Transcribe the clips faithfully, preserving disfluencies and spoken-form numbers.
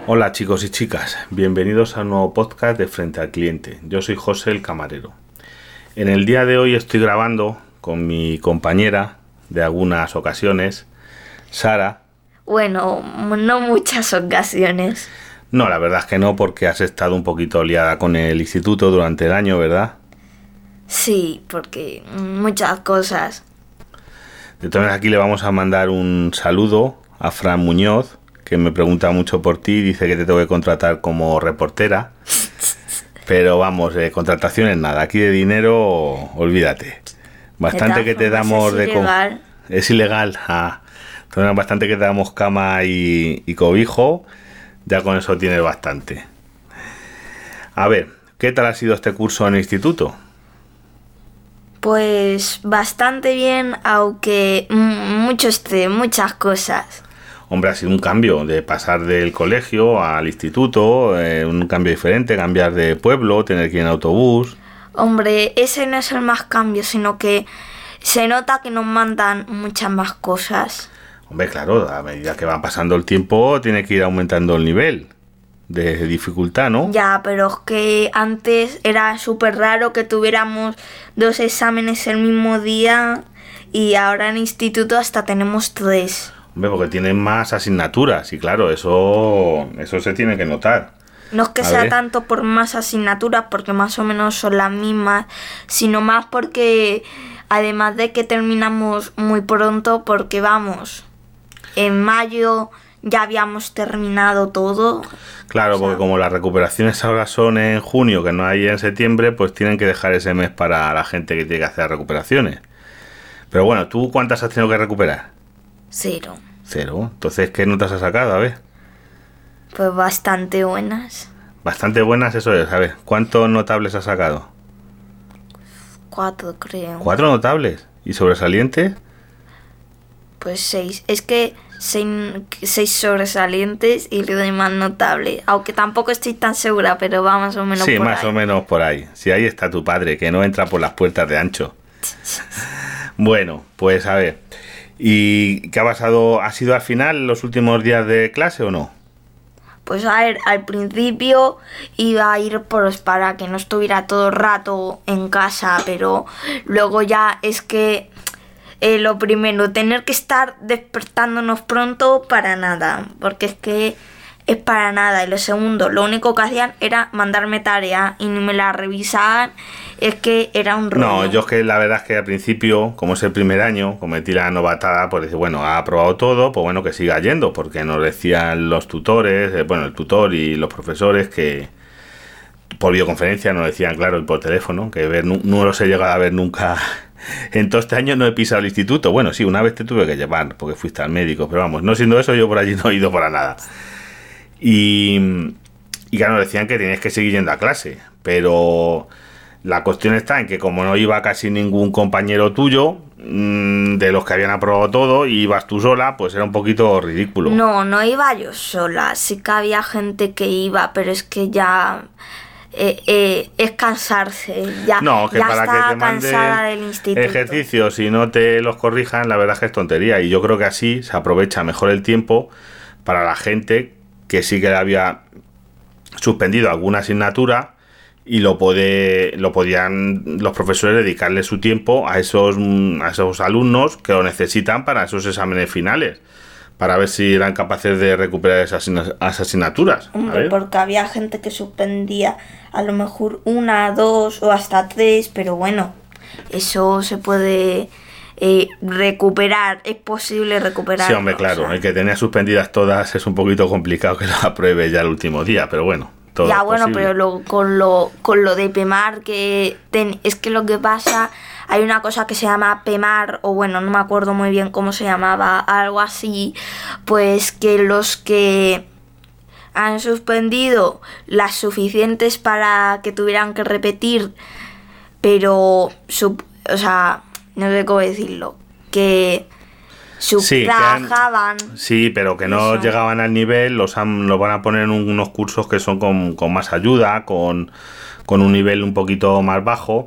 Hola chicos y chicas, bienvenidos a un nuevo podcast de Frente al Cliente. Yo soy José el camarero. En el día de hoy estoy grabando con mi compañera de algunas ocasiones, Sara. Bueno, no muchas ocasiones. No, la verdad es que no, porque has estado un poquito liada con el instituto durante el año, ¿verdad? Sí, porque muchas cosas. De todas maneras, aquí le vamos a mandar un saludo a Fran Muñoz, que me pregunta mucho por ti, dice que te tengo que contratar como reportera. Pero vamos, eh, contrataciones nada, aquí de dinero, olvídate. Bastante que te damos es de... ilegal. Com- es ilegal, ah. Entonces, bastante que te damos cama y, y cobijo, ya con eso tienes bastante. A ver, ¿qué tal ha sido este curso en el instituto? Pues bastante bien, aunque mucho estrés, muchas cosas. Hombre, ha sido un cambio de pasar del colegio al instituto, eh, un cambio diferente, cambiar de pueblo, tener que ir en autobús. Hombre, ese no es el más cambio, sino que se nota que nos mandan muchas más cosas. Hombre, claro, a medida que va pasando el tiempo tiene que ir aumentando el nivel de dificultad, ¿no? Ya, pero es que antes era súper raro que tuviéramos dos exámenes el mismo día y ahora en instituto hasta tenemos tres. Hombre, porque tienen más asignaturas y claro, eso eso se tiene que notar. No es que A sea ver. tanto por más asignaturas, porque más o menos son las mismas, sino más porque, además de que terminamos muy pronto, porque vamos, en mayo ya habíamos terminado todo. Claro, O sea, porque como las recuperaciones ahora son en junio, que no hay en septiembre, pues tienen que dejar ese mes para la gente que tiene que hacer recuperaciones. Pero bueno, ¿tú cuántas has tenido que recuperar? Cero. Cero. Entonces, ¿qué notas has sacado? A ver. Pues bastante buenas. Bastante buenas, eso es. A ver, ¿cuántos notables has sacado? Cuatro, creo. ¿Cuatro notables? ¿Y sobresalientes? Pues seis. Es que seis, seis sobresalientes y lo demás notable. Aunque tampoco estoy tan segura, pero va más o menos Sí, por más ahí. o menos por ahí. Si ahí está tu padre, que no entra por las puertas de ancho. Bueno, pues a ver. ¿Y qué ha pasado? ¿Ha sido al final los últimos días de clase o no? Pues a ver, al principio iba a ir pues para que no estuviera todo el rato en casa, pero luego ya es que eh, lo primero, tener que estar despertándonos pronto para nada, porque es que es para nada. Y lo segundo, lo único que hacían era mandarme tarea y ni me la revisaban, es que era un rollo. No, yo es que la verdad es que al principio, como es el primer año, cometí la novatada, pues decir, bueno, ha aprobado todo, pues bueno, que siga yendo, porque nos decían los tutores, eh, bueno, el tutor y los profesores que por videoconferencia nos decían, claro, y por teléfono, que ver no, no los he llegado a ver nunca. En todo este año no he pisado el instituto. Bueno, sí, una vez te tuve que llevar, porque fuiste al médico, pero vamos, no siendo eso, yo por allí no he ido para nada. Y, y claro, nos decían que tenías que seguir yendo a clase, pero la cuestión está en que como no iba casi ningún compañero tuyo, mmm, de los que habían aprobado todo, y ibas tú sola, pues era un poquito ridículo. No, no iba yo sola, sí que había gente que iba, pero es que ya eh, eh, es cansarse, ya, No, que ya para estaba que te cansada manden del instituto. ejercicios y no te los corrijan, la verdad es que es tontería. Y yo creo que así se aprovecha mejor el tiempo para la gente que sí que le había suspendido alguna asignatura y lo puede, lo podían los profesores dedicarle su tiempo a esos, a esos alumnos que lo necesitan para esos exámenes finales, para ver si eran capaces de recuperar esas, esas asignaturas. A Hombre, ver. porque había gente que suspendía a lo mejor una, dos o hasta tres, pero bueno, eso se puede eh, recuperar, es posible recuperar. Sí, hombre, claro, o sea. el que tenía suspendidas todas es un poquito complicado que lo apruebe ya el último día, pero bueno, todo Ya, es bueno, posible. pero lo, con lo con lo de PEMAR, que ten, es que lo que pasa, hay una cosa que se llama PEMAR, o bueno, no me acuerdo muy bien cómo se llamaba, algo así, pues que los que han suspendido las suficientes para que tuvieran que repetir, pero, sub, o sea, no sé cómo decirlo, que Sí, que han- subtrabajaban. Sí, pero que no Eso. llegaban al nivel, los, han, los van a poner en un- unos cursos que son con, con más ayuda, con, con un nivel un poquito más bajo,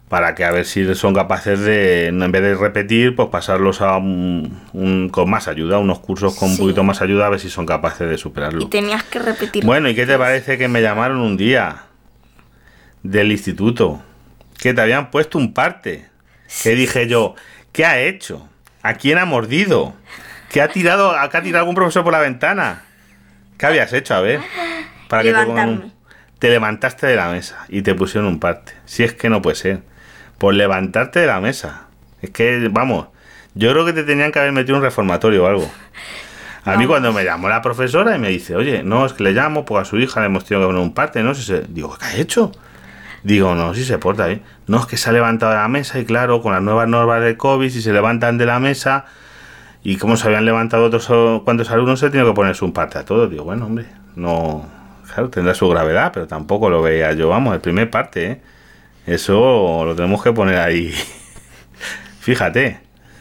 para que a ver si son capaces de, en vez de repetir, pues pasarlos a un, un con más ayuda, unos cursos con sí. un poquito más ayuda, a ver si son capaces de superarlo. Y tenías que repetir. Bueno, ¿y qué te parece que me llamaron un día del instituto? Que te habían puesto un parte. Sí. Que dije yo, ¿qué ha hecho? ¿A quién ha mordido? ¿Qué ha tirado, qué ha tirado algún profesor por la ventana? ¿Qué habías hecho? A ver. Para que te, un, te levantaste de la mesa y te pusieron un parte. Si es que no puede ser. Por levantarte de la mesa. Es que, vamos, yo creo que te tenían que haber metido un reformatorio o algo. A no. mí cuando me llamó la profesora y me dice, oye, no, es que le llamo, pues a su hija le hemos tenido que poner un parte, ¿no? Si se... Digo, ¿qué ha hecho? Digo, no, si se porta bien. No, es que se ha levantado de la mesa y claro, con las nuevas normas del COVID, si se levantan de la mesa y como se habían levantado otros cuantos alumnos, se tiene que ponerse un parte a todos. Digo, bueno, hombre, no... Claro, tendrá su gravedad, pero tampoco lo veía yo, vamos, el primer parte, ¿eh? Eso lo tenemos que poner ahí. Fíjate.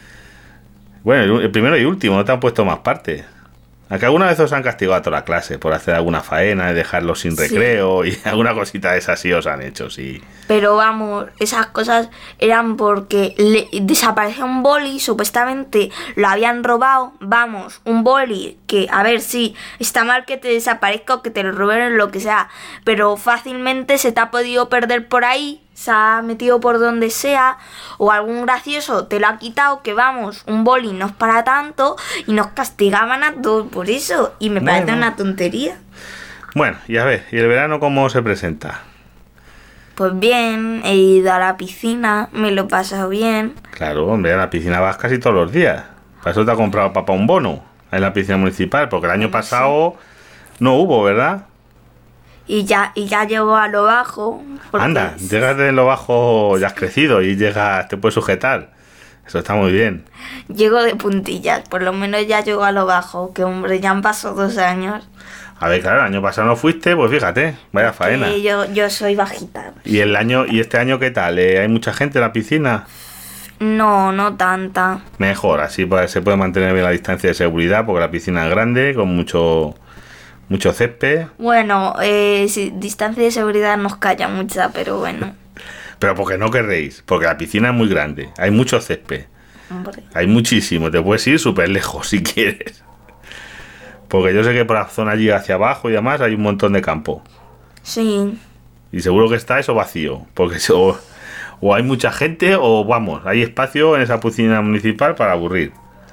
Bueno, el primero y último, no te han puesto más partes. Aunque alguna vez os han castigado a toda la clase por hacer alguna faena y dejarlos sin recreo sí. y alguna cosita de esas sí os han hecho, sí. Pero vamos, esas cosas eran porque le desapareció un boli, supuestamente lo habían robado. Vamos, un boli que, a ver, sí, está mal que te desaparezca o que te lo roben, lo que sea, pero fácilmente se te ha podido perder por ahí. Se ha metido por donde sea o algún gracioso te lo ha quitado, que vamos, un boli no es para tanto y nos castigaban a todos por eso y me bueno. parece una tontería. Bueno, y a ver, ¿y el verano cómo se presenta? Pues bien, he ido a la piscina, me lo he pasado bien. Claro, hombre, a la piscina vas casi todos los días. Para eso te ha comprado papá un bono en la piscina municipal, porque el año pasado sí. no hubo, ¿verdad? Y ya, y ya llego a lo bajo. Anda, llegas de lo bajo, ya has crecido y llegas, te puedes sujetar. Eso está muy bien. Llego de puntillas, por lo menos ya llego a lo bajo, que hombre, ya han pasado dos años. A ver, claro, el año pasado no fuiste, pues fíjate, vaya faena. Sí, yo, yo soy bajita. ¿Y el año y este año qué tal? ¿Eh? ¿Hay mucha gente en la piscina? No, no tanta. Mejor, así pues, se puede mantener bien la distancia de seguridad, porque la piscina es grande, con mucho... Mucho césped. Bueno, eh, sí, distancia de seguridad nos calla mucha, pero bueno. Pero porque no querréis, porque la piscina es muy grande, hay mucho césped. Hombre. Hay muchísimo, te puedes ir súper lejos si quieres. Porque yo sé que por la zona allí hacia abajo y demás hay un montón de campo. Sí. Y seguro que está eso vacío, porque o, o hay mucha gente o vamos, hay espacio en esa piscina municipal para aburrir.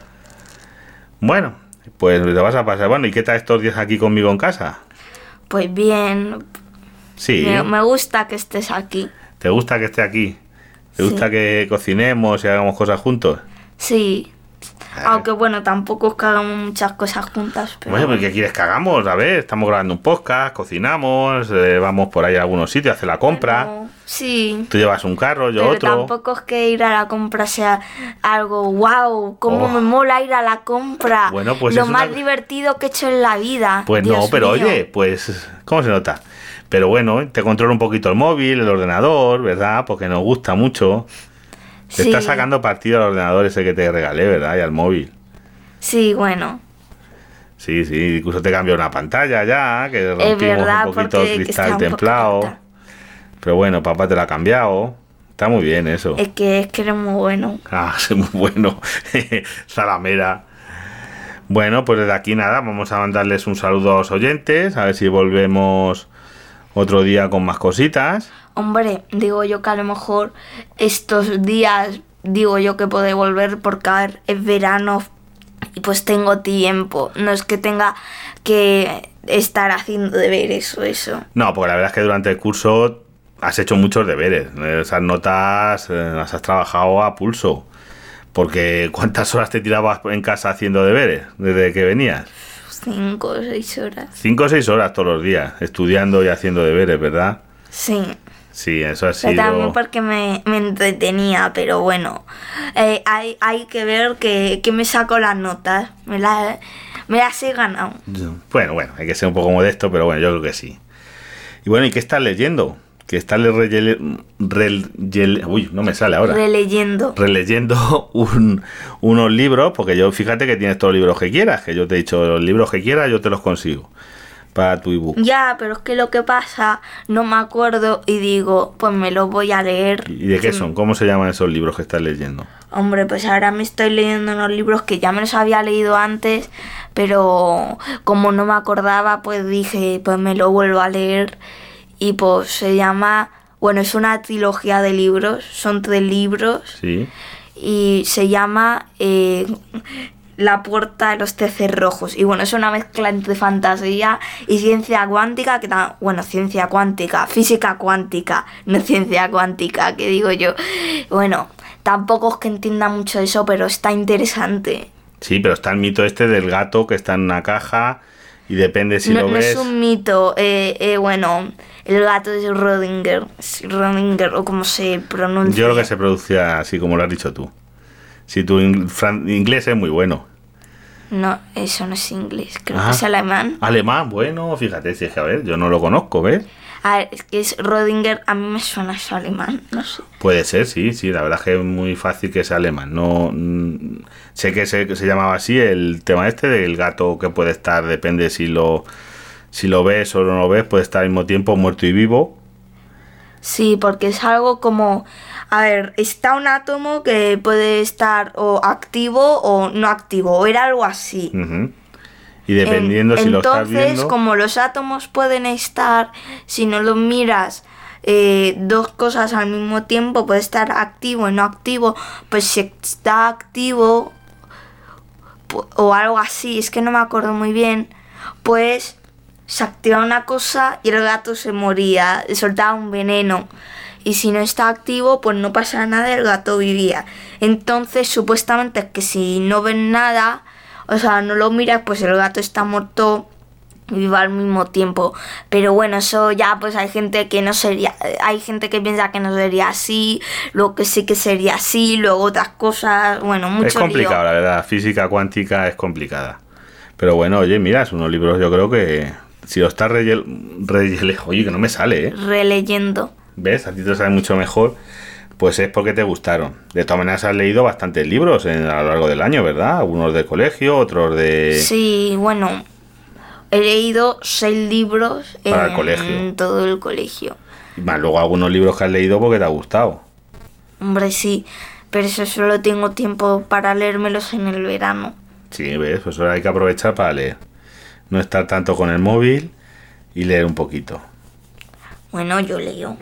Bueno. Pues te vas a pasar. Bueno, ¿y qué tal estos días aquí conmigo en casa? Pues bien. Sí. Me, me gusta que estés aquí. ¿Te gusta que esté aquí? ¿Te sí. gusta que cocinemos y hagamos cosas juntos? Sí. Eh. Aunque bueno, tampoco es que hagamos muchas cosas juntas. Pero... Bueno, ¿qué quieres que hagamos? A ver, estamos grabando un podcast, cocinamos, eh, vamos por ahí a algunos sitios a hacer la compra. Bueno, sí. Tú llevas un carro, yo pero otro. Pero tampoco es que ir a la compra sea algo wow, cómo oh. me mola ir a la compra. Bueno, pues lo es más una... divertido que he hecho en la vida. Pues Dios no, pero mío. Oye, pues ¿cómo se nota? Pero bueno, te controla un poquito el móvil, el ordenador, ¿verdad? Porque nos gusta mucho. Te sí. estás sacando partido al ordenador ese que te regalé, ¿verdad? Y al móvil. Sí, bueno. Sí, sí, incluso te cambió una pantalla ya, que rompimos verdad, un poquito el cristal templado. Pero bueno, papá te lo ha cambiado. Está muy bien eso. Es que, es que eres muy bueno. Ah, soy muy bueno. Salamera. Bueno, pues desde aquí nada, vamos a mandarles un saludo a los oyentes, a ver si volvemos otro día con más cositas. Hombre, digo yo que a lo mejor estos días, digo yo que puede volver porque a ver, es verano y pues tengo tiempo. No es que tenga que estar haciendo deberes o eso. No, porque la verdad es que durante el curso has hecho muchos deberes. Esas notas eh, las has trabajado a pulso. Porque ¿cuántas horas te tirabas en casa haciendo deberes desde que venías? Cinco o seis horas. Cinco o seis horas todos los días, estudiando y haciendo deberes, ¿verdad? Sí. Sí, eso ha sido... Pero también porque me, me entretenía, pero bueno, eh, hay, hay que ver que, que me saco las notas, me, la, me las he ganado. Bueno, bueno, hay que ser un poco modesto, pero bueno, yo creo que sí. Y bueno, ¿y qué estás leyendo? Que estás re, re, uy, no me sale ahora. Releyendo. Releyendo un, unos libros, porque yo fíjate que tienes todos los libros que quieras, que yo te he dicho, los libros que quieras yo te los consigo. para tu ebook. Ya, pero es que lo que pasa, no me acuerdo y digo, pues me lo voy a leer. ¿Y de qué Que- son? ¿Cómo se llaman esos libros que estás leyendo? Hombre, pues ahora me estoy leyendo unos libros que ya me los había leído antes, pero como no me acordaba, pues dije, pues me lo vuelvo a leer. Y pues se llama, bueno, es una trilogía de libros, son tres libros, Sí. y se llama eh, La puerta de los peces rojos. Y bueno, es una mezcla entre fantasía y ciencia cuántica, que ta- bueno, ciencia cuántica, física cuántica, no ciencia cuántica, que digo yo. Bueno, tampoco es que entienda mucho eso, pero está interesante. Sí, pero está el mito este del gato que está en una caja y depende si no, lo no ves... es un mito, eh, eh, bueno, el gato es Rodinger, Rodinger o como se pronuncia. Yo creo que se pronuncia así como lo has dicho tú. Si tu in- fran- inglés es muy bueno. No, eso no es inglés, creo Ah. que es alemán. Alemán, bueno, fíjate, si es que a ver, yo no lo conozco, ¿ves? A ver, es que es Rodinger, a mí me suena eso alemán, no sé. Puede ser, sí, sí, la verdad es que es muy fácil que sea alemán. No mm, sé que se, que se llamaba así el tema este del gato que puede estar, depende si lo si lo ves o no lo ves, puede estar al mismo tiempo muerto y vivo. Sí, porque es algo como, a ver, está un átomo que puede estar o activo o no activo, o era algo así. Ujú. Y dependiendo En- si lo estás Entonces, viendo. como los átomos pueden estar, si no lo miras, eh, dos cosas al mismo tiempo, puede estar activo y no activo, pues si está activo pu- o algo así, es que no me acuerdo muy bien, pues se activaba una cosa y el gato se moría, soltaba un veneno. Y si no está activo, pues no pasa nada, el gato vivía. Entonces, supuestamente es que si no ven nada, o sea, no lo miras, pues el gato está muerto y vive al mismo tiempo. Pero bueno, eso ya pues hay gente que no sería, hay gente que piensa que no sería así, luego que sí que sería así, luego otras cosas, bueno, mucho Es complicado, lío. la verdad. Física cuántica es complicada. Pero bueno, oye, mira, es unos libros, yo creo que si lo estás reyel... reyele- Oye, que no me sale, ¿eh? Releyendo. ¿Ves? A ti te sale mucho mejor. Pues es porque te gustaron. De todas maneras, has leído bastantes libros en- a lo largo del año, ¿verdad? Algunos de colegio, otros de... Sí, bueno, he leído seis libros Para el en colegio. todo el colegio. Y más luego algunos libros que has leído porque te ha gustado. Hombre, sí, pero eso solo tengo tiempo para leérmelos en el verano. Sí, ¿ves? Pues ahora hay que aprovechar para leer. No estar tanto con el móvil y leer un poquito. Bueno, yo leo.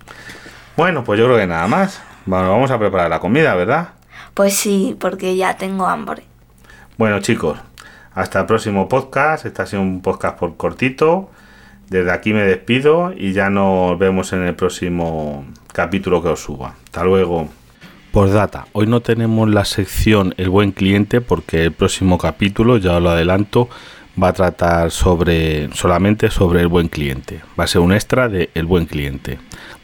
Bueno, pues yo creo que nada más. Bueno, vamos a preparar la comida, ¿verdad? Pues sí, porque ya tengo hambre. Bueno, chicos, hasta el próximo podcast. Este ha sido un podcast por cortito. Desde aquí me despido y ya nos vemos en el próximo capítulo que os suba. Hasta luego. Postdata, hoy no tenemos la sección El Buen Cliente porque el próximo capítulo, ya os lo adelanto, va a tratar sobre solamente sobre el buen cliente. Va a ser un extra de El Buen Cliente.